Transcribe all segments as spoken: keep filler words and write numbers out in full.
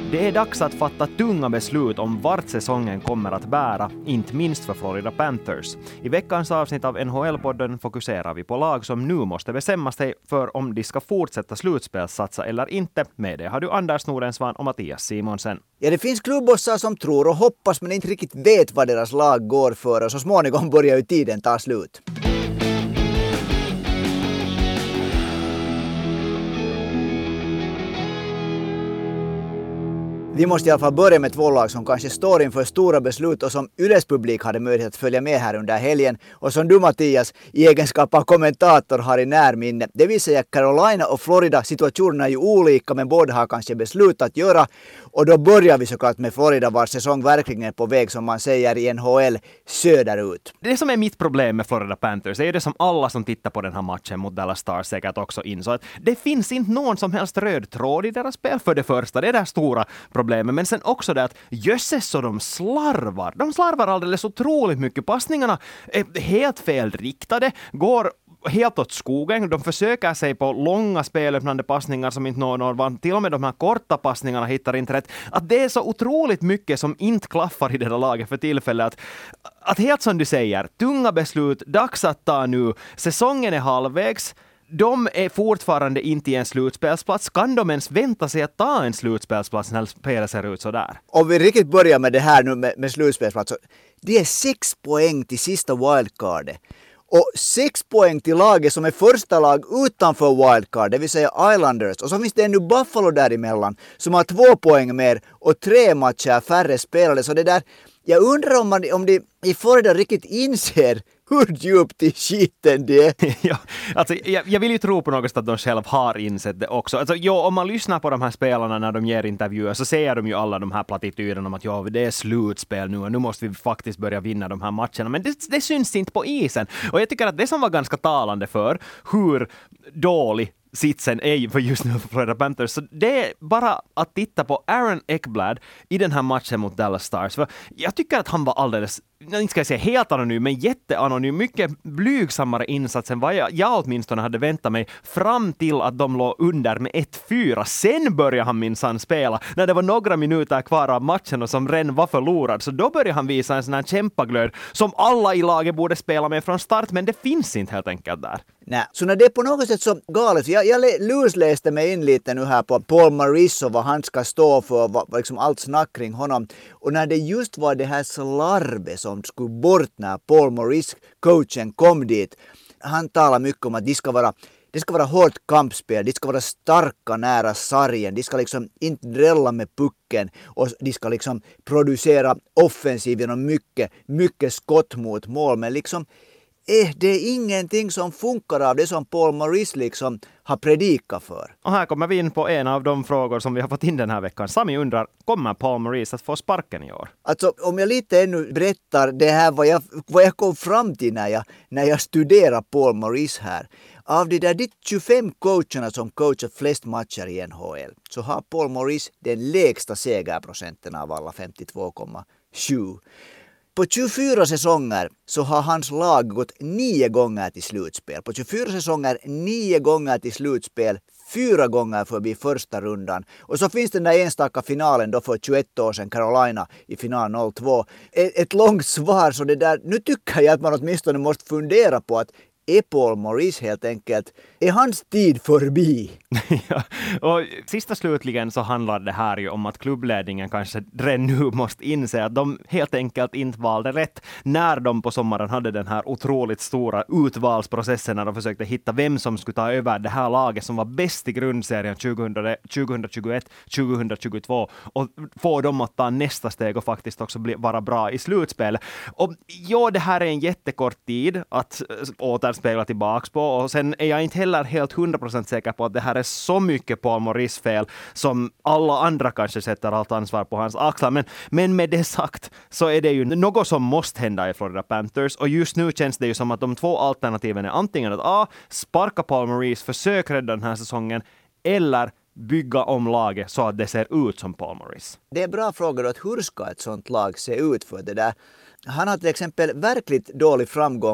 Det är dags att fatta tunga beslut om vart säsongen kommer att bära, inte minst för Florida Panthers. I veckans avsnitt av N H L-podden fokuserar vi på lag som nu måste bestämma sig för om de ska fortsätta slutspelssatsa eller inte. Med det har du Anders Nordensvan och Mattias Simonsen. Ja, det finns klubbbossar som tror och hoppas men inte riktigt vet vad deras lag går för, och så småningom börjar ju tiden ta slut. Vi måste i alla fall börja med två lag som kanske står inför stora beslut och som Yles publik hade möjlighet att följa med här under helgen och som du, Mattias, i egenskap av kommentator har i närminne. Det vill säga Carolina och Florida, situationerna är ju olika men båda har kanske beslut att göra, och då börjar vi såklart med Florida vars säsong verkligen är på väg, som man säger i N H L, söderut. Det som är mitt problem med Florida Panthers är det som alla som tittar på den här matchen mot Dallas Stars säkert också insåg, att det finns inte någon som helst röd tråd i deras spel för det första. Det är det stora problemet. Men sen också det att jösses så de slarvar. De slarvar alldeles otroligt mycket. Passningarna är helt fel riktade, går helt åt skogen. De försöker sig på långa spelöppnande passningar som inte når någon. Till och med de här korta passningarna hittar inte rätt. Att det är så otroligt mycket som inte klaffar i det där laget för tillfället. Att, att helt som du säger, tunga beslut, dags att ta nu. Säsongen är halvvägs. De är fortfarande inte i en slutspelsplats. Kan de ens vänta sig att ta en slutspelsplats när spelet ser ut så där? Om vi riktigt börjar med det här nu med, med slutspelsplats. Det är sex poäng till sista wildcardet. Och sex poäng till laget som är första lag utanför wildcard, det vill säga Islanders. Och så finns det ännu Buffalo däremellan som har två poäng mer och tre matcher färre spelare. Så det där, jag undrar om, man, om de i Florida riktigt inser hur djupt i skiten det är. ja, alltså, jag, jag vill ju tro på något att de själv har insett det också. Alltså, jo, om man lyssnar på de här spelarna när de ger intervjuer så säger de ju alla de här plattityderna om att ja, det är slutspel nu och nu måste vi faktiskt börja vinna de här matcherna. Men det, det syns inte på isen. Och jag tycker att det som var ganska talande för hur dålig sitsen är för just nu för Florida Panthers. Så det är bara att titta på Aaron Ekblad i den här matchen mot Dallas Stars. För jag tycker att han var alldeles, inte ska jag säga helt anonym, men jätteanonym. Mycket blygsammare insats än vad jag, jag åtminstone hade väntat mig fram till att de låg under med ett fyra. Sen började han minsann spela när det var några minuter kvar av matchen och som redan var förlorad. Så då började han visa en sån här kämpaglöd som alla i laget borde spela med från start, men det finns inte helt enkelt där. Nej, så när det är på något sätt så galet, jag, jag lusläste mig in lite nu här på Paul Maurice och vad han ska stå för, vad, liksom allt snack kring honom. Och när det just var det här slarvet som skulle bort när Paul Maurice, coachen, kom dit. Han talar mycket om att de ska vara, det ska vara hårt kampspel, de ska vara starka nära sargen, de ska liksom inte drälla med pucken och de ska liksom producera offensiv genom mycket, mycket skott mot mål, men liksom Eh, det är ingenting som funkar av det som Paul Maurice liksom har predikat för. Och här kommer vi in på en av de frågor som vi har fått in den här veckan. Sami undrar, kommer Paul Maurice att få sparken i år? Alltså, om jag lite ännu berättar det här vad jag, vad jag kom fram till när jag, när jag studerar Paul Maurice här. Av de där tjugofem coacherna som coachar flest matcher i N H L så har Paul Maurice den lägsta segerprocenten av alla, femtiotvå komma sju. På tjugofyra säsonger så har hans lag gått nio gånger till slutspel. På tjugofyra säsonger nio gånger till slutspel, fyra gånger förbi första rundan. Och så finns den där enstaka finalen då för tjugoett år sedan, Carolina i final noll två. Ett, ett långt svar, så det där, nu tycker jag att man åtminstone måste fundera på att är Paul Maurice helt enkelt, är hans tid förbi? ja, och sista slutligen så handlar det här ju om att klubbledningen kanske redan nu måste inse att de helt enkelt inte valde rätt när de på sommaren hade den här otroligt stora utvalsprocessen när de försökte hitta vem som skulle ta över det här laget som var bäst i grundserien tjugohundratjugoett tjugohundratjugotvå och få dem att ta nästa steg och faktiskt också bli, vara bra i slutspel. Och ja, det här är en jättekort tid att återspegla tillbaks på, och sen är jag inte heller helt hundra procent säker på att det här är så mycket Paul Maurice fel som alla andra kanske sätter allt ansvar på hans axlar. Men, men med det sagt så är det ju något som måste hända i Florida Panthers, och just nu känns det ju som att de två alternativen är antingen att A, sparka Paul Maurice, försök rädda den här säsongen, eller bygga om laget så att det ser ut som Paul Maurice. Det är bra fråga då, att hur ska ett sånt lag se ut för det där? Han har till exempel verkligt dålig framgång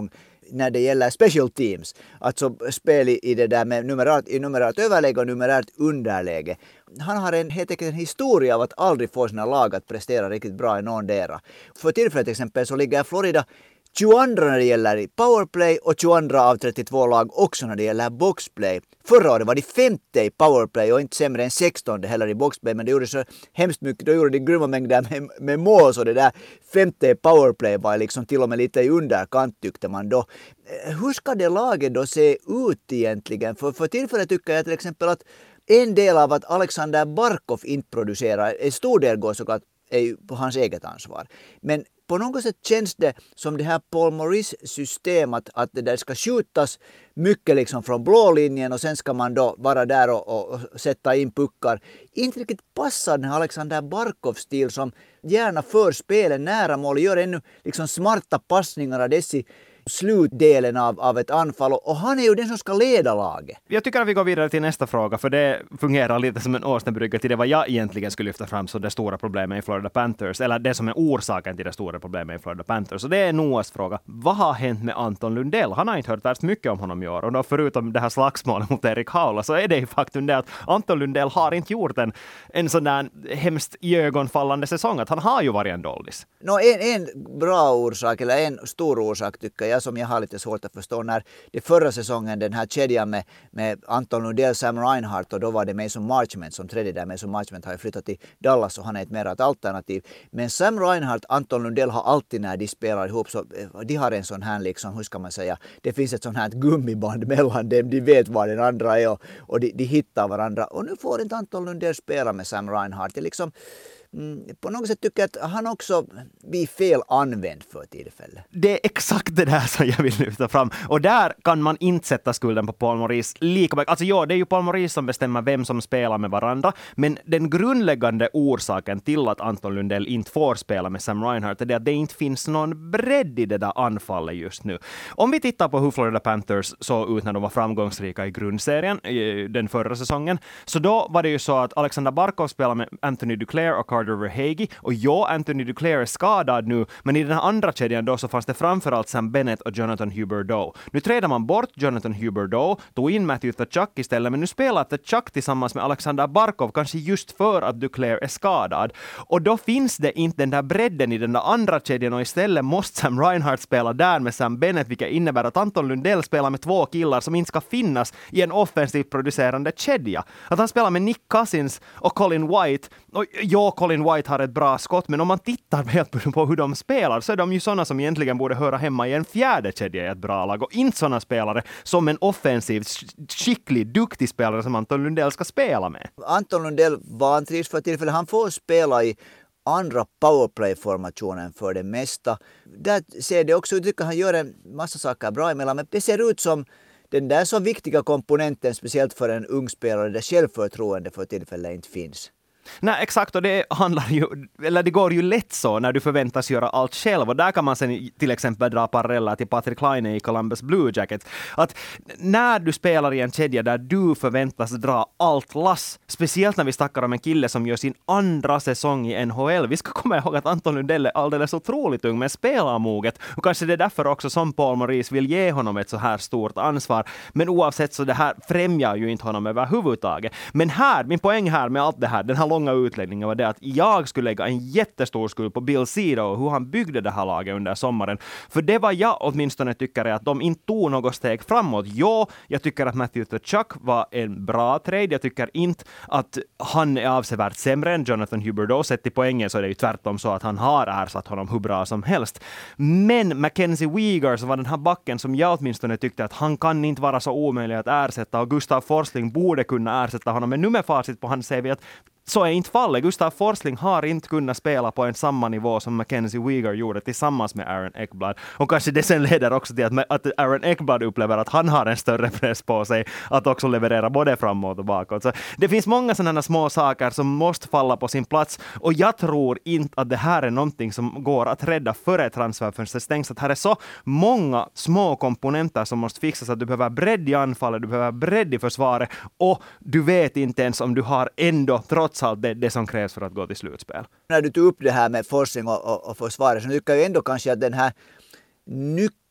när det gäller special teams. Alltså spel i det där med numerärt, i numerärt överläge och numerärt underläge. Han har en, helt enkelt en historia av att aldrig få sina lag att prestera riktigt bra i någon dera. För tillfället till exempel så ligger Florida tjugoandra när det gäller powerplay och tjugoandra av trettiotvå lag också när det gäller boxplay. Förra året var de femte i powerplay och inte sämre än sextonde heller i boxplay, men det gjorde så hemskt mycket. Då gjorde de grymma mängder med, med mål, så det där femte i powerplay var liksom till och med lite i underkant tyckte man då. Hur ska det laget då se ut egentligen? För, för tillfället tycker jag till exempel att en del av att Alexander Barkov inte producerar, en stor del går såklart är ju på hans eget ansvar. Men på något sätt känns det som det här Paul Maurice-system att, att det där ska skjutas mycket liksom från blå linjen och sen ska man då vara där och, och sätta in puckar. Inte riktigt passar den här Alexander Barkov-stil som gärna för spelen nära mål och gör ännu liksom smarta passningar av dessa slutdelen av, av ett anfall, och han är ju den som ska leda laget. Jag tycker att vi går vidare till nästa fråga, för det fungerar lite som en åsnebrygga till det vad jag egentligen skulle lyfta fram som det stora problemet i Florida Panthers, eller det som är orsaken till det stora problemet i Florida Panthers. Och det är Noahs fråga. Vad har hänt med Anton Lundell? Han har inte hört värst mycket om honom i år, och då förutom det här slagsmålet mot Erik Haula så är det ju faktum det att Anton Lundell har inte gjort en, en sån där hemskt ögonfallande säsong, att han har ju varit en dollis. No, en, en bra orsak, eller en stor orsak tycker jag, som jag har lite svårt att förstå, när det förra säsongen den här kedjan med, med Anton Lundell, Sam Reinhart, och då var det Mason Marchment som tredje där. Mason Marchment har ju flyttat till Dallas och han är ett mer ett alternativ. Men Sam Reinhart, Anton Lundell har alltid när de spelar ihop så de har en sån här liksom, hur ska man säga, det finns ett sån här gummiband mellan dem, de vet var den andra är och, och de, de hittar varandra. Och nu får inte Anton Lundell spela med Sam Reinhart. Det är liksom Mm, på något sätt tycker jag att han också blir fel använd för tillfället. Det är exakt det där som jag vill lyfta fram. Och där kan man inte sätta skulden på Paul Maurice lika mycket. Alltså ja, det är ju Paul Maurice som bestämmer vem som spelar med varandra. Men den grundläggande orsaken till att Anton Lundell inte får spela med Sam Reinhart är det att det inte finns någon bredd i det där anfallet just nu. Om vi tittar på hur Florida Panthers såg ut när de var framgångsrika i grundserien den förra säsongen, så då var det ju så att Alexander Barkov spelade med Anthony Duclair och Carter Verhaeghe, och ja, Anthony Duclair är skadad nu, men i den här andra kedjan då så fanns det framförallt Sam Bennett och Jonathan Huberdeau. Nu trädde man bort Jonathan Huberdeau, tog in Matthew Tkachuk istället, men nu spelar Tkachuk tillsammans med Alexander Barkov, kanske just för att Duclair är skadad. Och då finns det inte den där bredden i den där andra kedjan, och istället måste Sam Reinhart spela där med Sam Bennett, vilket innebär att Anton Lundell spelar med två killar som inte ska finnas i en offensivt producerande kedja. Att han spelar med Nick Cousins och Colin White, och ja, Colin White har ett bra skott, men om man tittar på hur de spelar så är de ju sådana som egentligen borde höra hemma i en fjärde kedja i ett bra lag, och inte sådana spelare som en offensiv, skicklig, duktig spelare som Anton Lundell ska spela med. Anton Lundell vantrivs för tillfället. Han får spela i andra powerplay-formationen för det mesta. Där ser det också ut, tycker han gör en massa saker bra emellan, men det ser ut som den där så viktiga komponenten, speciellt för en ung spelare, där självförtroende för tillfället inte finns. Nej, exakt, och det handlar ju, eller det går ju lätt så när du förväntas göra allt själv, och där kan man sen till exempel dra paralleller till Patrick Laine i Columbus Blue Jackets, att när du spelar i en kedja där du förväntas dra allt lass, speciellt när vi snackar om en kille som gör sin andra säsong i N H L, vi ska komma ihåg att Anton Lundell är alldeles otroligt ung men spelar moget, och kanske det är därför också som Paul Maurice vill ge honom ett så här stort ansvar, men oavsett så det här främjar ju inte honom överhuvudtaget. Men här, min poäng här med allt det här, den här långa utläggningen var det att jag skulle lägga en jättestor skuld på Bill Cedar och hur han byggde det här laget under sommaren. För det var jag åtminstone tycker är att de inte tog något steg framåt. Ja, jag tycker att Matthew Tkachuk var en bra trade. Jag tycker inte att han är avsevärt sämre än Jonathan Huberdeau. Sett i poängen så är det ju tvärtom så att han har ersatt honom hur bra som helst. Men Mackenzie Weegar, som var den här backen som jag åtminstone tyckte att han kan inte vara så omöjlig att ersätta, och Gustav Forsling borde kunna ersätta honom. Men nu med facit på hans C V att så är inte fallet. Gustav Forsling har inte kunnat spela på en samma nivå som Mackenzie Weegar gjorde tillsammans med Aaron Ekblad. Och kanske det sen leder också till att, att Aaron Ekblad upplever att han har en större press på sig att också leverera både framåt och bakåt. Så det finns många sådana små saker som måste falla på sin plats, och jag tror inte att det här är någonting som går att rädda före transferfönstret stängs. Att här är så många små komponenter som måste fixas, att du behöver bredd i anfallet, du behöver bredd i försvaret, och du vet inte ens om du har ändå trots allt det, det som krävs för att gå till slutspel. När du tog upp det här med Forsling och, och, och försvaret, så tycker jag ändå kanske att den här nyckeln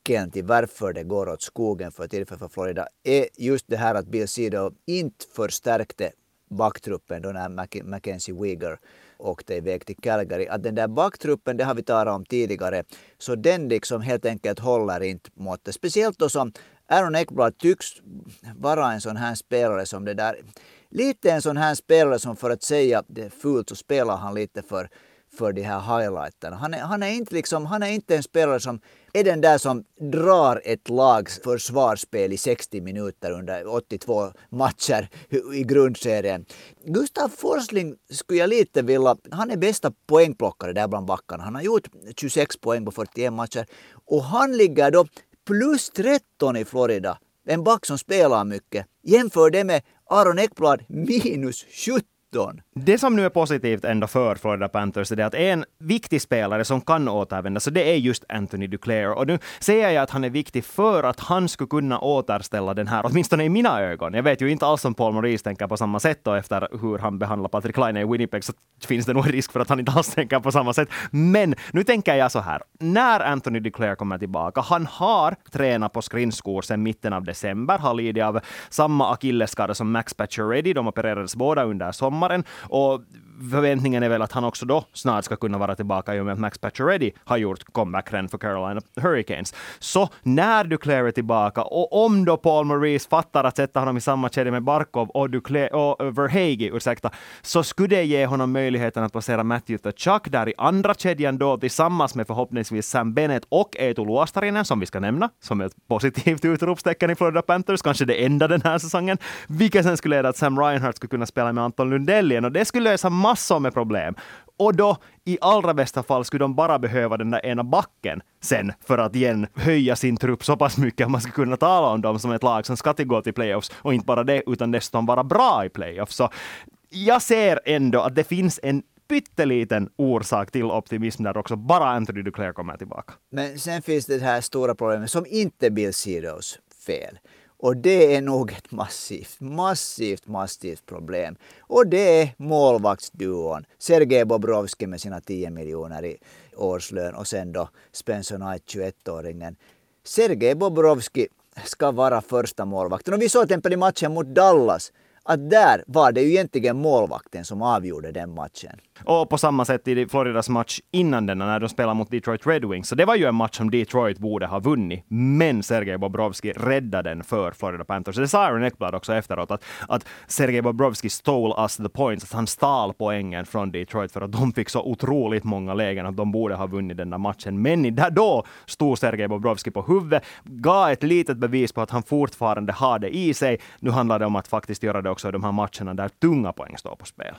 nyckeln till varför det går åt skogen för tillfället för Florida är just det här att Bill Zito inte förstärkte backtruppen då när Mac- Mackenzie Weegar åkte iväg till Calgary. Att den där backtruppen, det har vi talat om tidigare, så den liksom helt enkelt håller inte måttet. Speciellt då som Aaron Ekblad tycks vara en sån här spelare som det där, lite en sån här spelare som för att säga det är fult så spelar han lite för för de här highlighterna. Han är, han, är inte liksom, han är inte en spelare som är den där som drar ett lags försvarsspel i sextio minuter under åttiotvå matcher i grundserien. Gustav Forsling skulle jag lite vilja, han är bästa poängplockare där bland backarna. Han har gjort tjugosex poäng på fyrtioen matcher och han ligger då plus tretton i Florida. En back som spelar mycket. Jämför det med Aaron Ekblad minus sjutton. Det som nu är positivt ändå för Florida Panthers är det att en viktig spelare som kan återvända, så det är just Anthony Duclair. Och nu säger jag att han är viktig för att han skulle kunna återställa den här, åtminstone i mina ögon. Jag vet ju inte alls om Paul Maurice tänker på samma sätt och efter hur han behandlar Patrick Laine i Winnipeg så finns det nog en risk för att han inte alls tänker på samma sätt. Men nu tänker jag så här, när Anthony Duclair kommer tillbaka, han har tränat på skridskor sedan mitten av december, har lidit av samma akillesskada som Max Pacioretty, de opererades båda under sommaren. Och förväntningen är väl att han också då snart ska kunna vara tillbaka i och med att Max Pacioretty har gjort comeback-ren för Carolina Hurricanes. Så när Duclair är tillbaka och om då Paul Maurice fattar att sätta honom i samma kedja med Barkov och, Duclair, och Verhaeghe, ursäkta, så skulle det ge honom möjligheten att placera Matthew Tkachuk där i andra kedjan då tillsammans med förhoppningsvis Sam Bennett och Eetu Luostarinen som vi ska nämna som ett positivt utropstecken i Florida Panthers, kanske det enda den här säsongen, vilket sen skulle leda att Sam Reinhart skulle kunna spela med Anton Lundell igen och det skulle lösa massor med problem. Och då i allra bästa fall skulle de bara behöva den där ena backen sen för att igen höja sin trupp så pass mycket att man ska kunna tala om dem som ett lag som ska gå till playoffs och inte bara det utan dessutom vara bra i playoffs. Så jag ser ändå att det finns en pytteliten orsak till optimism där också bara Anthony Duclair kommer tillbaka. Men sen finns det här stora problemet som inte Bill Zitos fel. Och det är nog ett massivt, massivt, massivt problem. Och det är målvaktsduon. Sergej Bobrovski med sina tio miljoner i årslön och sen då Spencer Knight, tjugoettåringen. Sergej Bobrovski ska vara första målvakten. Och vi såg till exempel i matchen mot Dallas att där var det ju egentligen målvakten som avgjorde den matchen. Och på samma sätt i Floridas match innan den när de spelade mot Detroit Red Wings. Så det var ju en match som Detroit borde ha vunnit. Men Sergej Bobrovski räddade den för Florida Panthers. Det sa Aaron Ekblad också efteråt att, att Sergej Bobrovski stole us the points. Att han stal poängen från Detroit för att de fick så otroligt många lägen att de borde ha vunnit den där matchen. Men där då stod Sergej Bobrovski på huvudet, gav ett litet bevis på att han fortfarande har det i sig. Nu handlar det om att faktiskt göra det också i de här matcherna där tunga poäng står på spel.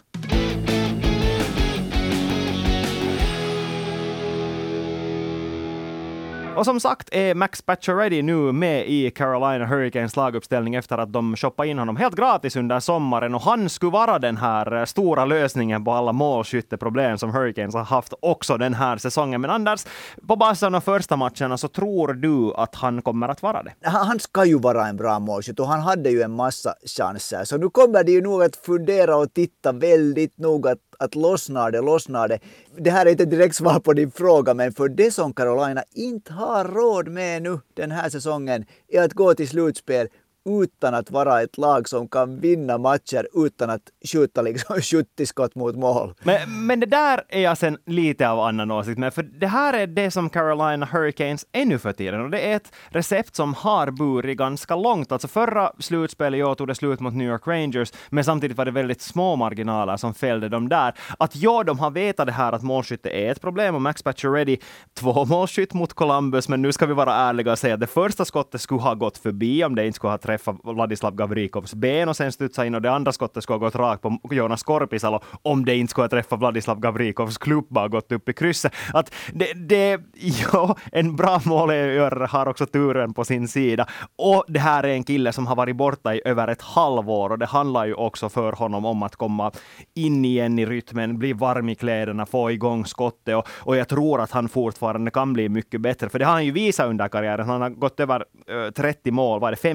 Och som sagt är Max Pacioretty nu med i Carolina Hurricanes laguppställning efter att de shoppade in honom helt gratis under sommaren och han skulle vara den här stora lösningen på alla målskytteproblem som Hurricanes har haft också den här säsongen. Men Anders, på basis av de första matcherna så tror du att han kommer att vara det? Han ska ju vara en bra målskytt och han hade ju en massa chanser. Så nu kommer det ju nog att fundera och titta väldigt noga att att lossnar det, lossnar det. Det här är inte direkt svar på din fråga, men för det som Carolina inte har råd med nu den här säsongen är att gå till slutspel utan att vara ett lag som kan vinna matcher utan att skjuta liksom sjuttio skott mot mål. Men, men det där är jag sen lite av annan åsikt med, för det här är det som Carolina Hurricanes är nu för tiden och det är ett recept som har burit ganska långt. Alltså förra slutspelet i år tog det slut mot New York Rangers, men samtidigt var det väldigt små marginaler som fällde dem där. Att ja, de har vetat det här att målskytte är ett problem och Max Pacioretty två målskytt mot Columbus, men nu ska vi vara ärliga och säga att det första skottet skulle ha gått förbi om det inte skulle ha träffat Vladislav Gavrikovs ben och sen studsa in och det andra skottet skulle ha gått rakt på Jonas Korpisalo om det inte skulle ha träffat Vladislav Gavrikovs klubba och gått upp i krysset. Att det, det ja, en bra målgörare har också turen på sin sida och det här är en kille som har varit borta i över ett halvår och det handlar ju också för honom om att komma in igen i rytmen, bli varm i kläderna, få igång skottet och, och jag tror att han fortfarande kan bli mycket bättre för det har han ju visat under karriären. Han har gått över uh, trettio mål, var det fem gånger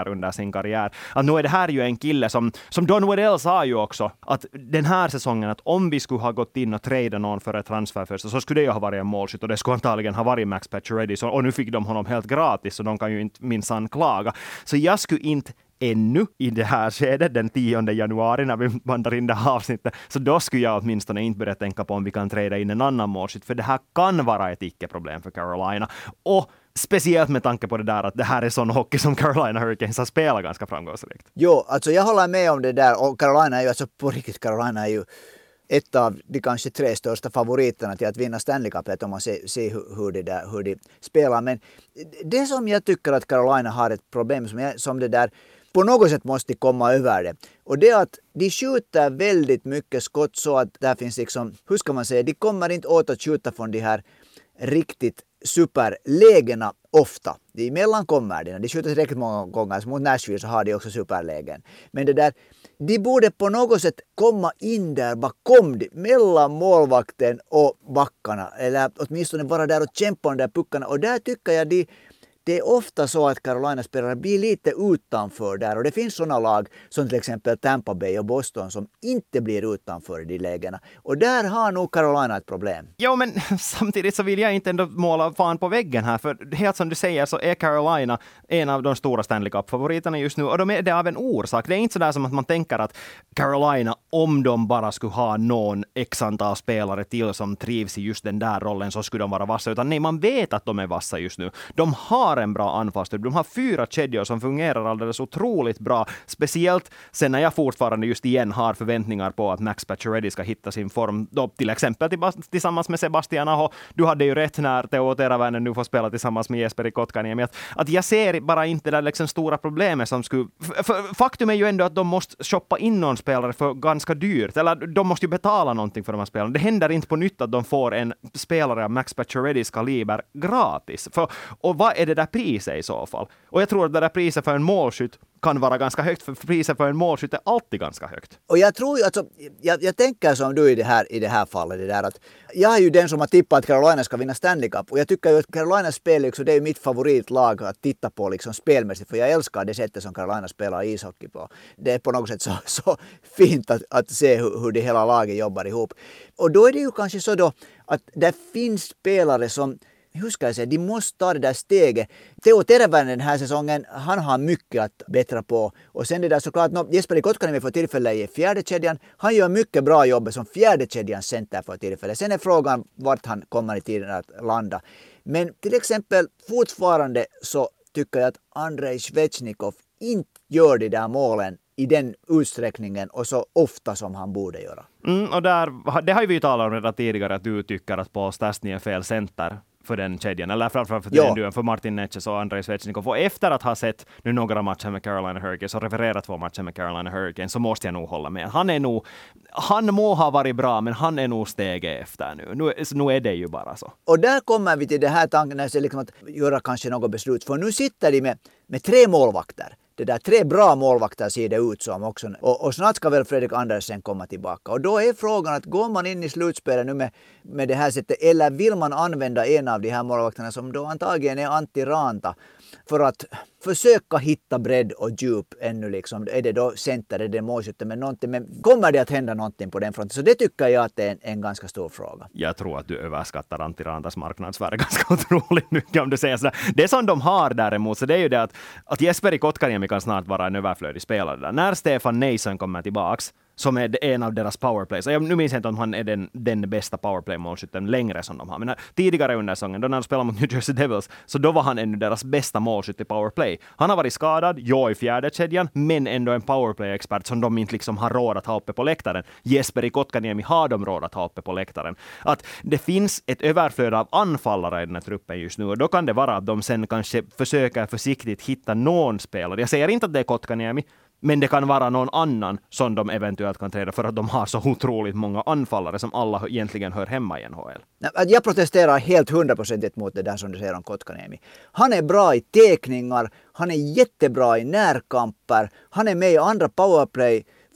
har under sin karriär. Att nu är det här ju en kille som, som Don Waddell sa ju också, att den här säsongen, att om vi skulle ha gått in och tradat någon för ett transferfönster så skulle det ju ha varit en målskytt och det skulle antagligen ha varit Max Pacioretty. Så, och nu fick de honom helt gratis så de kan ju inte minsann klaga. Så jag skulle inte ännu i det här skedet, den tionde januari när vi bandar in det här avsnittet, så då skulle jag åtminstone inte börja tänka på om vi kan trada in en annan målskytt, för det här kan vara ett icke-problem för Carolina. Och speciellt med tanke på det där att det här är sån hockey som Carolina Hurricanes har spelat ganska framgångsrikt. Jo, alltså jag håller med om det där, och Carolina är ju alltså på riktigt, Carolina är ju ett av de kanske tre största favoriterna till att vinna Stanley Cupet om man ser, ser hur, hur, det där, hur de spelar. Men det som jag tycker att Carolina har ett problem som, jag, som det där på något sätt måste komma över det. Och det är att de skjuter väldigt mycket skott så att där finns liksom, hur ska man säga, de kommer inte åt att skjuta från de här riktigt superlägena ofta. De emellan kommer de. De skjuter tillräckligt många gånger. Så mot Nashville så har de också superlägen. Men det där, de borde på något sätt komma in där bakom de, mellan målvakten och backarna. Eller åtminstone vara där och kämpa de där puckarna. Och där tycker jag de Det är ofta så att Carolina-spelare blir lite utanför där. Och det finns sådana lag som till exempel Tampa Bay och Boston som inte blir utanför i de lägena. Och där har nog Carolina ett problem. Jo, men samtidigt så vill jag inte ändå måla fan på väggen här. För helt som du säger så är Carolina en av de stora Stanley Cup-favoriterna just nu. Och de är det av en orsak. Det är inte sådär som att man tänker att Carolina, om de bara skulle ha någon x antal spelare till som trivs i just den där rollen, så skulle de vara vassa. Utan nej, man vet att de är vassa just nu. De har en bra anfallstöd. De har fyra kedjor som fungerar alldeles otroligt bra. Speciellt sen när jag fortfarande just igen har förväntningar på att Max Pacioretty ska hitta sin form. Då, till exempel tillsammans med Sebastian Aho. Du hade ju rätt när Teuvo Teräväinen nu får spela tillsammans med Jesperi Kotkaniemi. Att, att jag ser bara inte det liksom stora problemet som skulle... För faktum är ju ändå att de måste shoppa in någon spelare för ganska dyrt. Eller de måste ju betala någonting för de här spelarna. Det händer inte på nytt att de får en spelare av Max Paciorettys kaliber gratis. För, och vad är det där priset i så fall? Och jag tror att det där priset för en målskytt kan vara ganska högt, för priset för en målskytt är alltid ganska högt. Och jag tror ju, alltså, jag, jag tänker som du i det här, i det här fallet, det där att jag är ju den som har tippat att Carolina ska vinna Stanley Cup, och jag tycker ju att Carolinas spel, liksom, det är ju mitt favoritlag att titta på liksom, spelmässigt, för jag älskar det sättet som Carolina spelar ishockey på. Det är på något sätt så, så fint att, att se hur, hur det hela laget jobbar ihop. Och då är det ju kanske så då att det finns spelare som, hur ska jag säga, de måste ta det där steget. Teuvo Teräväinen den här säsongen, han har mycket att bättra på. Och sen det där såklart, no, Jesperi Kotkaniemi för tillfället i fjärde kedjan. Han gör mycket bra jobb som fjärde kedjans center för tillfället. Sen är frågan vart han kommer i tiden att landa. Men till exempel fortfarande så tycker jag att Andrei Svechnikov inte gör de där målen i den utsträckningen och så ofta som han borde göra. Mm, och där, det har ju vi talat om redan tidigare, att du tycker att Paul Stastny är fel center för den kedjan, eller framförallt för den duon, för Martin Necas och Andrei Svechnikov. Och efter att ha sett nu några matcher med Carolina Hurricanes och refererat två matcher med Carolina Hurricanes, så måste jag nog hålla med. Han är nog, han må ha varit bra, men han är nog steget efter nu. Nu, nu är det ju bara så. Och där kommer vi till det här tanken, alltså liksom att göra kanske något beslut. För nu sitter de med, med tre målvakter. Det där tre bra målvakter ser det ut som också. Och, och snart ska väl Fredrik Andersen komma tillbaka. Och då är frågan att går man in i slutspelet nu med, med det här sättet, eller vill man använda en av de här målvakterna som då antagligen är Antti Raanta för att försöka hitta bredd och djup ännu liksom. Är det då center, är det målskytten med någonting, men kommer det att hända någonting på den fronten? Så det tycker jag att det är en, en ganska stor fråga. Jag tror att du överskattar Antti Raantas marknadsvärde ganska otroligt mycket om du säger sådär. Det som de har däremot, så det är ju det att, att Jesperi Kotkaniemi kan snart vara en överflödig spelare där. När Stefan Neison kommer tillbaks, som är en av deras powerplays. Jag nu minns inte om han är den, den bästa powerplay-målskytten längre som de har. Men tidigare under säsongen, då när de spelade mot New Jersey Devils, så då var han ännu deras bästa målskytt i powerplay. Han har varit skadad, jag i fjärde kedjan, men ändå en powerplay-expert som de inte liksom har råd att ha uppe på läktaren. Jesperi Kotkaniemi har de råd att ha uppe på läktaren. Att det finns ett överflöd av anfallare i den här truppen just nu, och då kan det vara att de sen kanske försöker försiktigt hitta någon spelare. Jag säger inte att det är Kotkaniemi, men det kan vara någon annan som de eventuellt kan träda för att de har så otroligt många anfallare som alla egentligen hör hemma i N H L. Jag protesterar helt hundraprocentigt mot det där som du säger om Kotkaniemi. Han är bra i tekningar, han är jättebra i närkamper, han är med i andra powerplay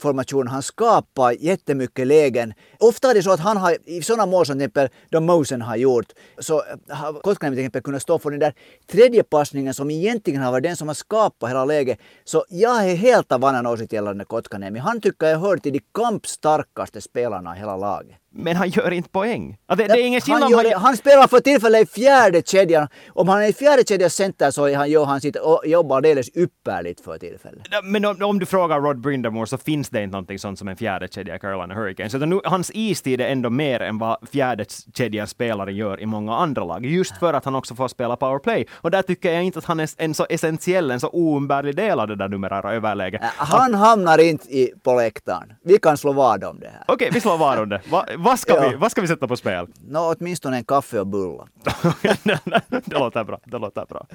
formation. Han skapar jättemycket lägen. Ofta är det så att han har, i sådana mål som till exempel de Mosen har gjort, så har Kotkaniemi till exempel kunnat stå för den där tredje passningen som egentligen har varit den som har skapat hela läget. Så jag är helt av annan åsikt gällande Kotkaniemi. Han tycker jag hör till de kampstarkaste spelarna i hela laget. Men han gör inte poäng. Ja, det, det är ingen skillnad. Han, gör, han... han spelar för tillfället i fjärde kedjan. Om han är i fjärde kedjans center så han gör han sitt och jobbar delvis ypperligt för tillfället. Men om, om du frågar Rod Brindamore så finns det inte någonting sånt som en fjärde kedja i Carolina Hurricanes. Så nu, hans istid är ändå mer än vad fjärde kedjans spelare gör i många andra lag. Just för att han också får spela powerplay. Och där tycker jag inte att han är en så essentiell, en så oumbärlig del av det där numerära överläget. Han att... hamnar inte i, på läktaren. Vi kan slå vad om det här. Okej, okay, vi slår vad om det. Va, vad, ska ja. vi, vad ska vi sätta på spel? Nå, åtminstone en kaffe och bulla. Det låter bra. Det låter bra.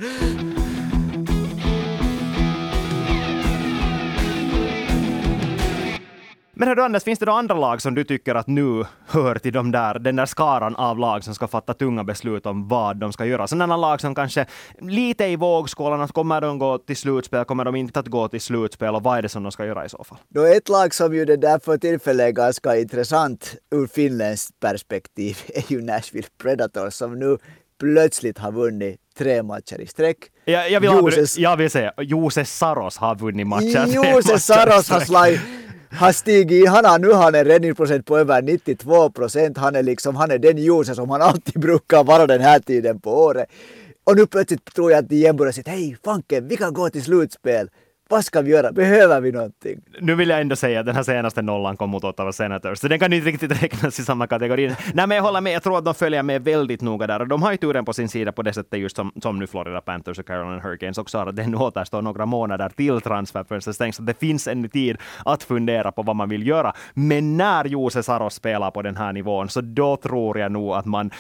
Men hördu Anders, finns det då andra lag som du tycker att nu hör till de där, den där skaran av lag som ska fatta tunga beslut om vad de ska göra? Sådana lag som kanske lite i vågskålen, att kommer de gå till slutspel, kommer de inte att gå till slutspel och vad är det som de ska göra i så fall? Då ett lag som ju det där för tillfället är ganska intressant ur Finlands perspektiv är ju Nashville Predators som nu plötsligt har vunnit tre matcher i sträck. Jag, jag, vill, Joses, jag vill säga, Jose Saros har vunnit matcher. Jose Saros har slagit har stigit, han har nu han en räddningsprocent på över nittiotvå procent. Han är liksom, han är den Jose som han alltid brukar vara den här tiden på året. Och nu plötsligt tror jag att de igen börjar säga, hej Fanken, vi kan gå till slutspel. Vad ska vi göra? Behöver vi någonting? Nu vill jag ändå säga att den här senaste nollan kom mot Ottawa Senators. Så den kan inte riktigt räknas i samma kategori. Nej, men jag håller med. Jag tror att de följer med väldigt noga där. Och de har ju turen på sin sida på det sättet just som, som nu Florida Panthers och Carolina Hurricanes också har. Att det nu återstår några månader till transferfönstret stängs. Så det finns en tid att fundera på vad man vill göra. Men när Jose Saros spelar på den här nivån så då tror jag nog att man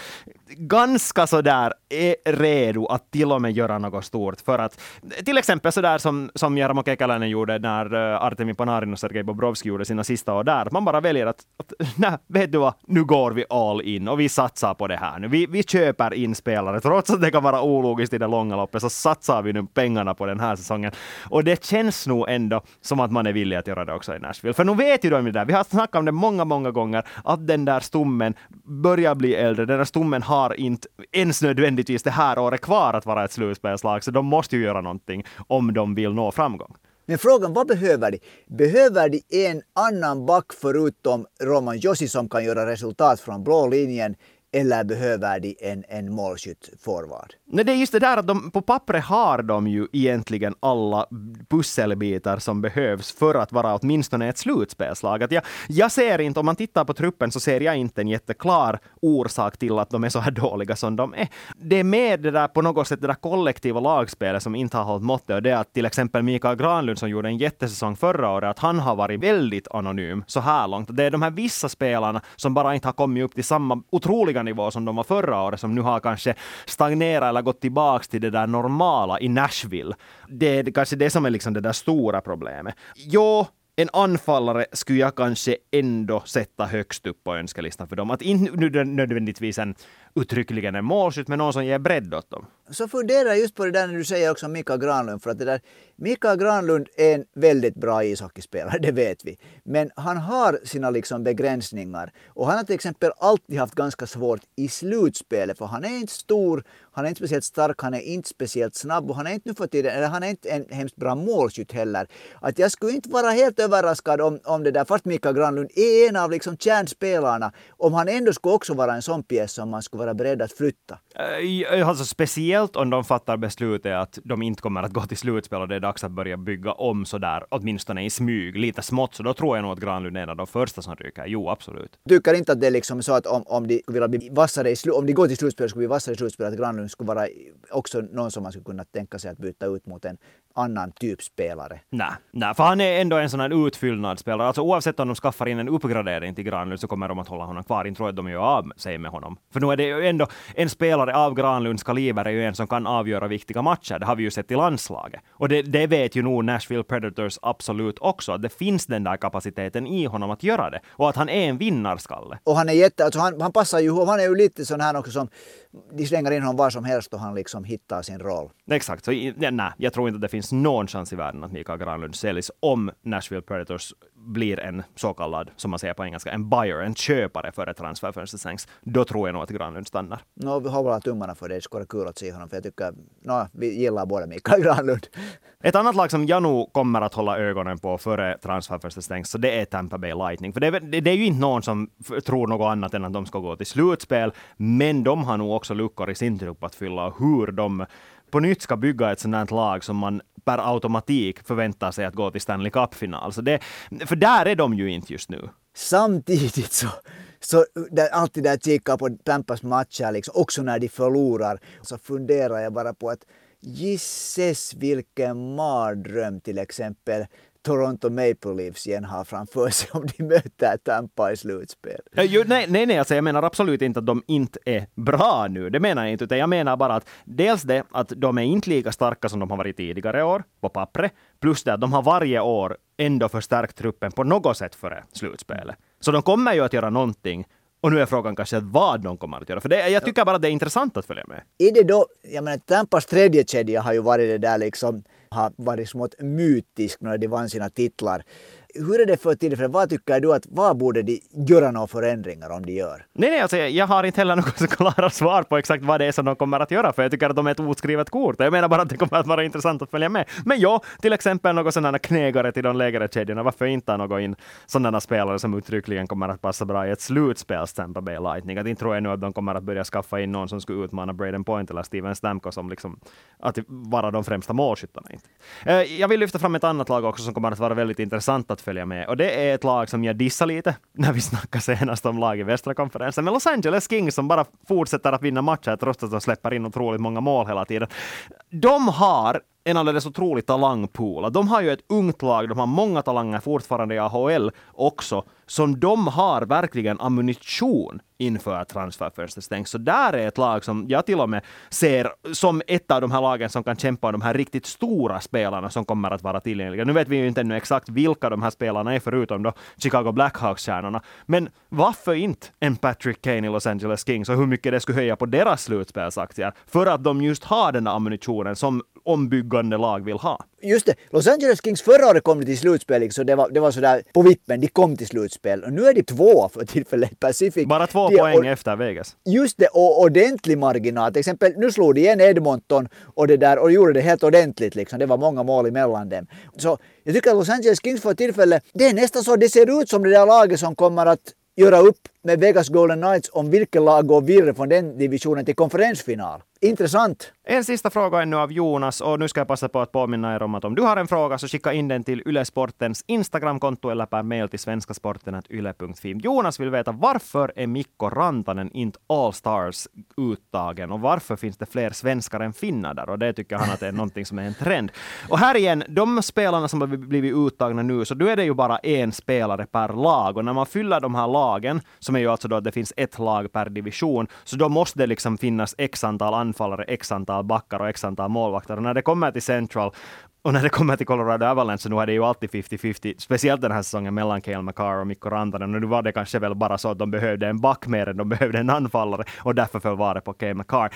ganska sådär är redo att till och med göra något stort. För att till exempel sådär som, som Jarmo Kekäläinen gjorde när uh, Artemi Panarin och Sergej Bobrovski gjorde sina sista år där. Man bara väljer att, att nej, vet du vad, nu går vi all in och vi satsar på det här nu. Vi, vi köper in spelare. Trots att det kan vara ologiskt i det långa loppet så satsar vi nu pengarna på den här säsongen. Och det känns nog ändå som att man är villig att göra det också i Nashville. För nu vet ju de det där. Vi har snackat om det många, många gånger att den där stommen börjar bli äldre. Den där stommen har inte ens nödvändigtvis det här året kvar att vara ett slutspelslag. Så de måste ju göra någonting om de vill nå framgång. Men frågan, vad behöver de? Behöver de en annan back förutom Roman Josi som kan göra resultat från blå linjen? Eller behöver de en, en målskytt forward? Nej, det är just det där att de, på pappret har de ju egentligen alla pusselbitar som behövs för att vara åtminstone ett slutspelslag. Att jag, jag ser inte, om man tittar på truppen så ser jag inte en jätteklar orsak till att de är så här dåliga som de är. Det är med det där på något sätt det där kollektiva lagspelet som inte har hållit måttet, och det är att till exempel Mikael Granlund som gjorde en jättesäsong förra året, att han har varit väldigt anonym så här långt. Det är de här vissa spelarna som bara inte har kommit upp till samma otroliga nivå som de var förra året, som nu har kanske stagnerat eller gått tillbaka till det där normala i Nashville. Det är kanske det som är liksom det där stora problemet. Jo, en anfallare skulle jag kanske ändå sätta högst upp på önskelistan för dem. Att inte nödvändigtvis en uttryckligen en målskytt, men någon som ger bredd åt dem. Så fundera just på det där när du säger också Mikael Granlund, för att det där, Mikael Granlund är en väldigt bra ishockeyspelare, det vet vi. Men han har sina liksom begränsningar. Och han har till exempel alltid haft ganska svårt i slutspelet, för han är inte stor, han är inte speciellt stark, han är inte speciellt snabb och han är inte nu för tiden, eller han är inte en hemskt bra målskytt heller. Att jag skulle inte vara helt överraskad om, om det där, fast Mikael Granlund är en av liksom kärnspelarna, om han ändå skulle också vara en sån pjäs som man skulle vara beredd att flytta. Alltså speciellt om de fattar beslutet att de inte kommer att gå till slutspel och det är dags att börja bygga om sådär, åtminstone i smyg, lite smått, så då tror jag nog att Granlund är en av de första som ryker. Jo, absolut. Tycker inte att det är liksom så att om, om de vill bli vassare i slu, om de går till slutspel skulle bli vassare i slutspel, att Granlund skulle vara också någon som man skulle kunna tänka sig att byta ut mot en annan typ spelare. Nej, nej, för han är ändå en sån här utfyllnadsspelare. Alltså oavsett om de skaffar in en uppgradering till Granlund så kommer de att hålla honom kvar. Inte tror jag att de gör av sig med honom. För nu är det ju ändå en spelare av Granlunds kaliber är ju en som kan avgöra viktiga matcher. Det har vi ju sett i landslaget. Och det, det vet ju nog Nashville Predators absolut också. Att det finns den där kapaciteten i honom att göra det. Och att han är en vinnarskalle. Och han är jätte, alltså han, han passar ju, han är ju lite sån här också som de slänger in honom var som helst och han liksom hittar sin roll. Exakt, så ja, nej, jag tror inte att det finns någon chans i världen att Mikael Granlund säljs om Nashville Predators blir en så kallad, som man säger på engelska, en buyer, en köpare för ett transferfönster stängs, då tror jag nog att Granlund stannar. No, vi håller tummarna för det. Det skulle vara kul att se honom, för jag tycker, no, vi gillar båda Mikael Granlund. Ett annat lag som jag nog kommer att hålla ögonen på före transferfönstret stängs, så det är Tampa Bay Lightning. För det är, det är ju inte någon som tror något annat än att de ska gå till slutspel, men de har nog också luckor i sin trupp att fylla. Hur de på nytt ska bygga ett sådant här lag som man per automatik förväntar sig att gå till Stanley Cup-final. Så det, för där är de ju inte just nu. Samtidigt så, så där, alltid där kikar på Tampas matcher, liksom, också när de förlorar, så funderar jag bara på att gisses vilken mardröm till exempel Toronto Maple Leafs igen har framför sig om de möter Tampa i slutspel. Jo, nej, nej, nej alltså jag menar absolut inte att de inte är bra nu. Det menar jag inte, utan jag menar bara att dels det att de är inte lika starka som de har varit tidigare år på pappret, plus det att de har varje år ändå förstärkt truppen på något sätt före slutspelet. Så de kommer ju att göra någonting. Och nu är frågan kanske vad de kommer att göra. För det, jag tycker bara att det är intressant att följa med. Är det då, jag menar Tampas tredje kedja har ju varit det där liksom, har varit smått mytisk när de vann sina titlar. Hur är det för tillfället? Vad tycker du att vad borde de göra några förändringar om de gör? Nej, nej, alltså jag har inte heller något så klara svar på exakt vad det är som de kommer att göra, för jag tycker att de är ett oskrivet kort. Jag menar bara att det kommer att vara intressant att följa med. Men ja, till exempel något sådana knägare till de lägre kedjorna. Varför inte något in sådana spelare som uttryckligen kommer att passa bra i ett slutspel Tampa Bay Lightning? Att inte tror jag nu att de kommer att börja skaffa in någon som skulle utmana Braden Point eller Steven Stamkos som liksom att vara de främsta målskyttarna. Jag vill lyfta fram ett annat lag också som kommer att vara väldigt intressant att följa med. Och det är ett lag som jag dissar lite när vi snackar senast om lag i västra konferensen. Men Los Angeles Kings som bara fortsätter att vinna matcher trots att de släpper in otroligt många mål hela tiden. De har en alldeles otrolig talangpool. De har ju ett ungt lag, de har många talanger fortfarande i A H L också, som de har verkligen ammunition inför transferfönstret stängs. Så där är ett lag som jag till och med ser som ett av de här lagen som kan kämpa om de här riktigt stora spelarna som kommer att vara tillgängliga. Nu vet vi ju inte ännu exakt vilka de här spelarna är förutom då Chicago Blackhawks-stjärnorna. Men varför inte en Patrick Kane i Los Angeles Kings och hur mycket det skulle höja på deras slutspelsaktier för att de just har den ammunitionen som ombyggande lag vill ha. Just det, Los Angeles Kings förra året kom till slutspel, så det var, det var sådär på vippen, de kom till slutspel. Och nu är de två för tillfället i Pacific. Bara två de, poäng och, efter Vegas. Just det, och ordentlig marginal. Till exempel, nu slog de igen Edmonton och det där och gjorde det helt ordentligt. Liksom. Det var många mål emellan dem. Så jag tycker att Los Angeles Kings för tillfället, det är nästan så, det ser ut som det där laget som kommer att göra upp med Vegas Golden Knights om vilket lag går vidare från den divisionen till konferensfinal. Intressant. En sista fråga ännu av Jonas, och nu ska jag passa på att påminna er om att om du har en fråga så skicka in den till Yle Sportens Instagramkonto eller per mail till svenskasporten at yle punkt fi. Jonas vill veta varför är Mikko Rantanen inte All-Stars uttagen och varför finns det fler svenskar än finnar där, och det tycker han att det är någonting som är en trend. Och här igen, de spelarna som har blivit uttagna nu, så då är det ju bara en spelare per lag, och när man fyller de här lagen, som är ju alltså då att det finns ett lag per division, så då måste det liksom finnas x antal anfallare, x antal backar och x antal målvakter. Och när det kommer till Central och när det kommer till Colorado Avalanche så nu är det ju alltid femtio femtio, speciellt den här säsongen mellan Cale Makar och Mikko Rantanen. Och nu var det kanske väl bara så att de behövde en back mer än de behövde en anfallare och därför föll varet på Cale Makar.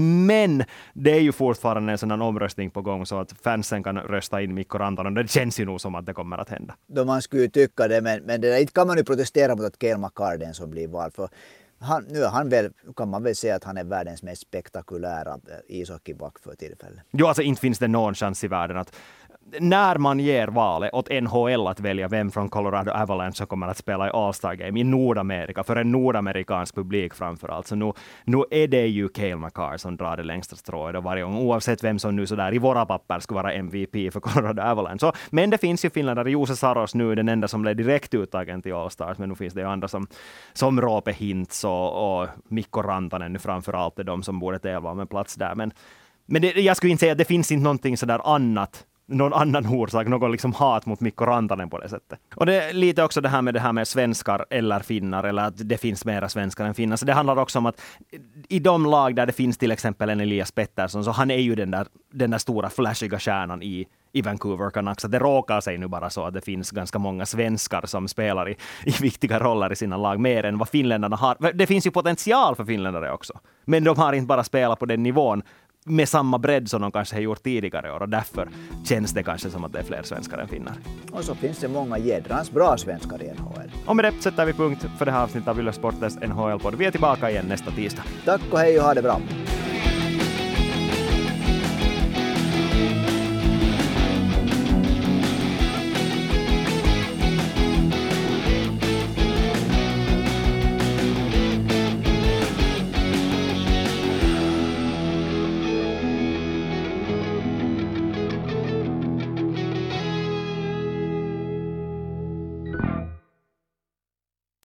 Men det är ju fortfarande en sån omröstning på gång så att fansen kan rösta in Mikko Rantanen. Det känns ju nog som att det kommer att hända. Då man skulle ju tycka det, men, men det där, inte kan man ju protestera mot att Cale Makar är den som blir vald, för Han, nu är han väl, kan man väl säga att han är världens mest spektakulära ishockeyback för tillfället. Jo, alltså inte finns det någon chans i världen att när man ger valet åt N H L att välja vem från Colorado Avalanche som kommer att spela i All-Star Game i Nordamerika, för en nordamerikansk publik framförallt. Så nu, nu är det ju Cale Makar som drar det längsta strået varje gång, oavsett vem som nu så där i våra papper ska vara M V P för Colorado Avalanche. Så, men det finns ju finländare, Jose Saros nu den enda som blev direkt uttagen till All-Stars, men nu finns det ju andra som, som Roope Hintz och, och Mikko Rantanen nu framförallt är de som borde tävla om en plats där. Men, men det, jag skulle inte säga att det finns inte någonting sådär annat, någon annan orsak, någon liksom hat mot Mikko Rantanen på det sättet. Och det är lite också det här med det här med svenskar eller finnar, eller att det finns mera svenskar än finnar. Så det handlar också om att i de lag där det finns till exempel en Elias Pettersson, så han är ju den där, den där stora flashiga stjärnan i i Vancouver Canucks. Det råkar sig nu bara så att det finns ganska många svenskar som spelar i, i viktiga roller i sina lag, mer än vad finländarna har. Det finns ju potential för finländare också, men de har inte bara spelat på den nivån med samma bredd som de kanske har gjort tidigare år, och därför känns det kanske som att det är fler svenskar än finnar. Och så finns det många jädrans bra svenskar i N H L. Och med det sätter vi punkt för det här avsnittet av Yle Sportens N H L-podd. Vi är tillbaka igen nästa tisdag. Tack och hej och ha det bra.